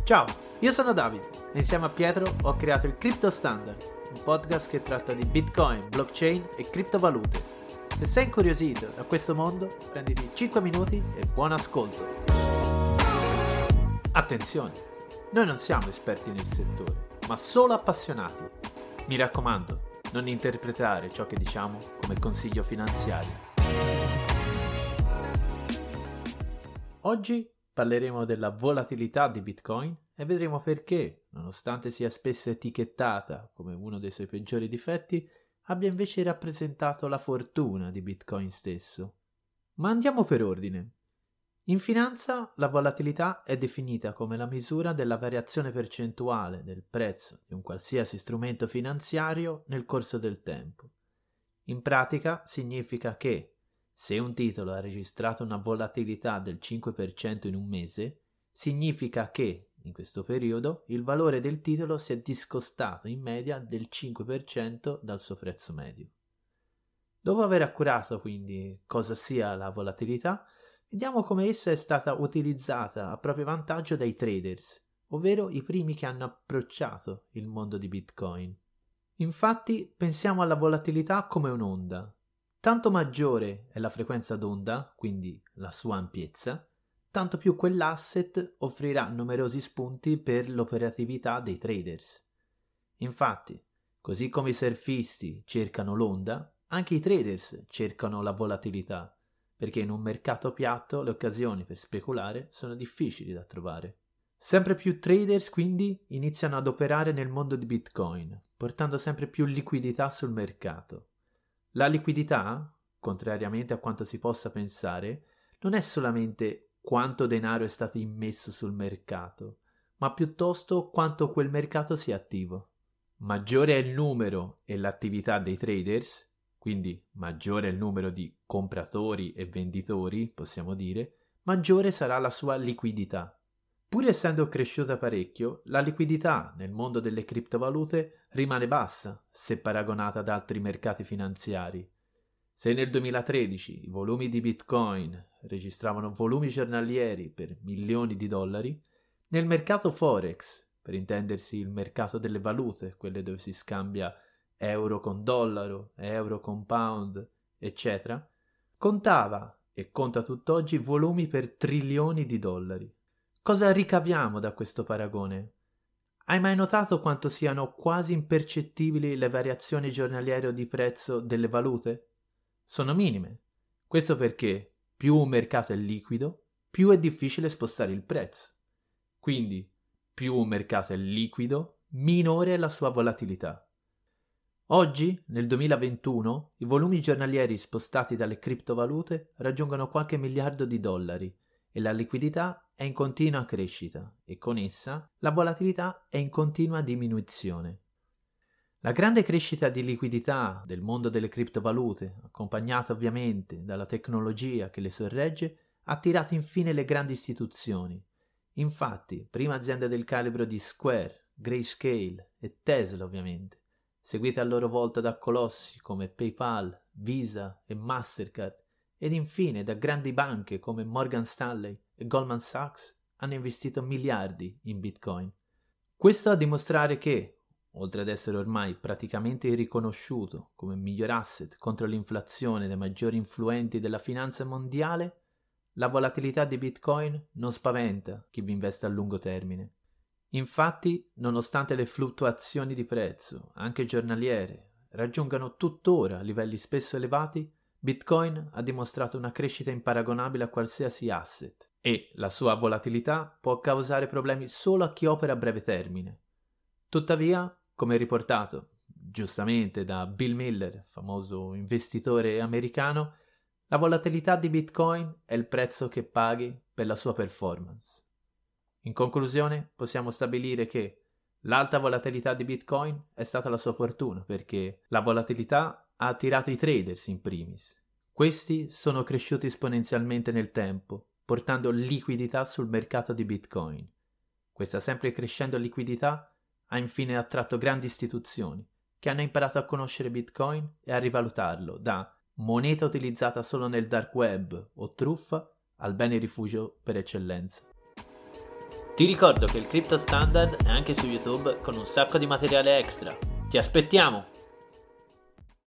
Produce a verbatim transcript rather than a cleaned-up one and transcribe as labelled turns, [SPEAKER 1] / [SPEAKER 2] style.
[SPEAKER 1] Ciao, io sono Davide e insieme a Pietro ho creato il Crypto Standard, un podcast che tratta di Bitcoin, blockchain e criptovalute. Se sei incuriosito da questo mondo, prenditi cinque minuti e buon ascolto. Attenzione, noi non siamo esperti nel settore, ma solo appassionati. Mi raccomando, non interpretare ciò che diciamo come consiglio finanziario. Oggi parleremo della volatilità di Bitcoin e vedremo perché, nonostante sia spesso etichettata come uno dei suoi peggiori difetti, abbia invece rappresentato la fortuna di Bitcoin stesso. Ma andiamo per ordine. In finanza, la volatilità è definita come la misura della variazione percentuale del prezzo di un qualsiasi strumento finanziario nel corso del tempo. In pratica significa che, se un titolo ha registrato una volatilità del cinque per cento in un mese, significa che, in questo periodo, il valore del titolo si è discostato in media del cinque per cento dal suo prezzo medio. Dopo aver accurato quindi cosa sia la volatilità, vediamo come essa è stata utilizzata a proprio vantaggio dai traders, ovvero i primi che hanno approcciato il mondo di Bitcoin. Infatti, pensiamo alla volatilità come un'onda. Tanto maggiore è la frequenza d'onda, quindi la sua ampiezza, tanto più quell'asset offrirà numerosi spunti per l'operatività dei traders. Infatti, così come i surfisti cercano l'onda, anche i traders cercano la volatilità, perché in un mercato piatto le occasioni per speculare sono difficili da trovare. Sempre più traders quindi iniziano ad operare nel mondo di Bitcoin, portando sempre più liquidità sul mercato. La liquidità, contrariamente a quanto si possa pensare, non è solamente quanto denaro è stato immesso sul mercato, ma piuttosto quanto quel mercato sia attivo. Maggiore è il numero e l'attività dei traders, quindi maggiore è il numero di compratori e venditori, possiamo dire, maggiore sarà la sua liquidità. Pur essendo cresciuta parecchio, la liquidità nel mondo delle criptovalute rimane bassa se paragonata ad altri mercati finanziari. Se nel duemilatredici i volumi di Bitcoin registravano volumi giornalieri per milioni di dollari, nel mercato Forex, per intendersi il mercato delle valute, quelle dove si scambia euro con dollaro, euro con pound, eccetera, contava e conta tutt'oggi volumi per trilioni di dollari. Cosa ricaviamo da questo paragone? Hai mai notato quanto siano quasi impercettibili le variazioni giornaliere di prezzo delle valute? Sono minime. Questo perché più un mercato è liquido, più è difficile spostare il prezzo. Quindi, più un mercato è liquido, minore è la sua volatilità. Oggi, nel duemilaventuno, i volumi giornalieri spostati dalle criptovalute raggiungono qualche miliardo di dollari e la liquidità è in continua crescita e con essa la volatilità è in continua diminuzione. La grande crescita di liquidità del mondo delle criptovalute, accompagnata ovviamente dalla tecnologia che le sorregge, ha attirato infine le grandi istituzioni. Infatti, prima aziende del calibro di Square, Grayscale e Tesla ovviamente, seguite a loro volta da colossi come PayPal, Visa e Mastercard, ed infine da grandi banche come Morgan Stanley e Goldman Sachs, hanno investito miliardi in Bitcoin. Questo a dimostrare che, oltre ad essere ormai praticamente riconosciuto come miglior asset contro l'inflazione dai maggiori influenti della finanza mondiale, la volatilità di Bitcoin non spaventa chi vi investe a lungo termine. Infatti, nonostante le fluttuazioni di prezzo, anche giornaliere, raggiungano tuttora livelli spesso elevati, Bitcoin ha dimostrato una crescita imparagonabile a qualsiasi asset e la sua volatilità può causare problemi solo a chi opera a breve termine. Tuttavia, come riportato giustamente da Bill Miller, famoso investitore americano, la volatilità di Bitcoin è il prezzo che paghi per la sua performance. In conclusione, possiamo stabilire che l'alta volatilità di Bitcoin è stata la sua fortuna perché la volatilità ha attirato i traders in primis. Questi sono cresciuti esponenzialmente nel tempo, portando liquidità sul mercato di Bitcoin. Questa sempre crescendo liquidità ha infine attratto grandi istituzioni che hanno imparato a conoscere Bitcoin e a rivalutarlo da moneta utilizzata solo nel dark web o truffa al bene rifugio per eccellenza. Ti ricordo che il Crypto Standard è anche su YouTube con un sacco di materiale extra. Ti aspettiamo!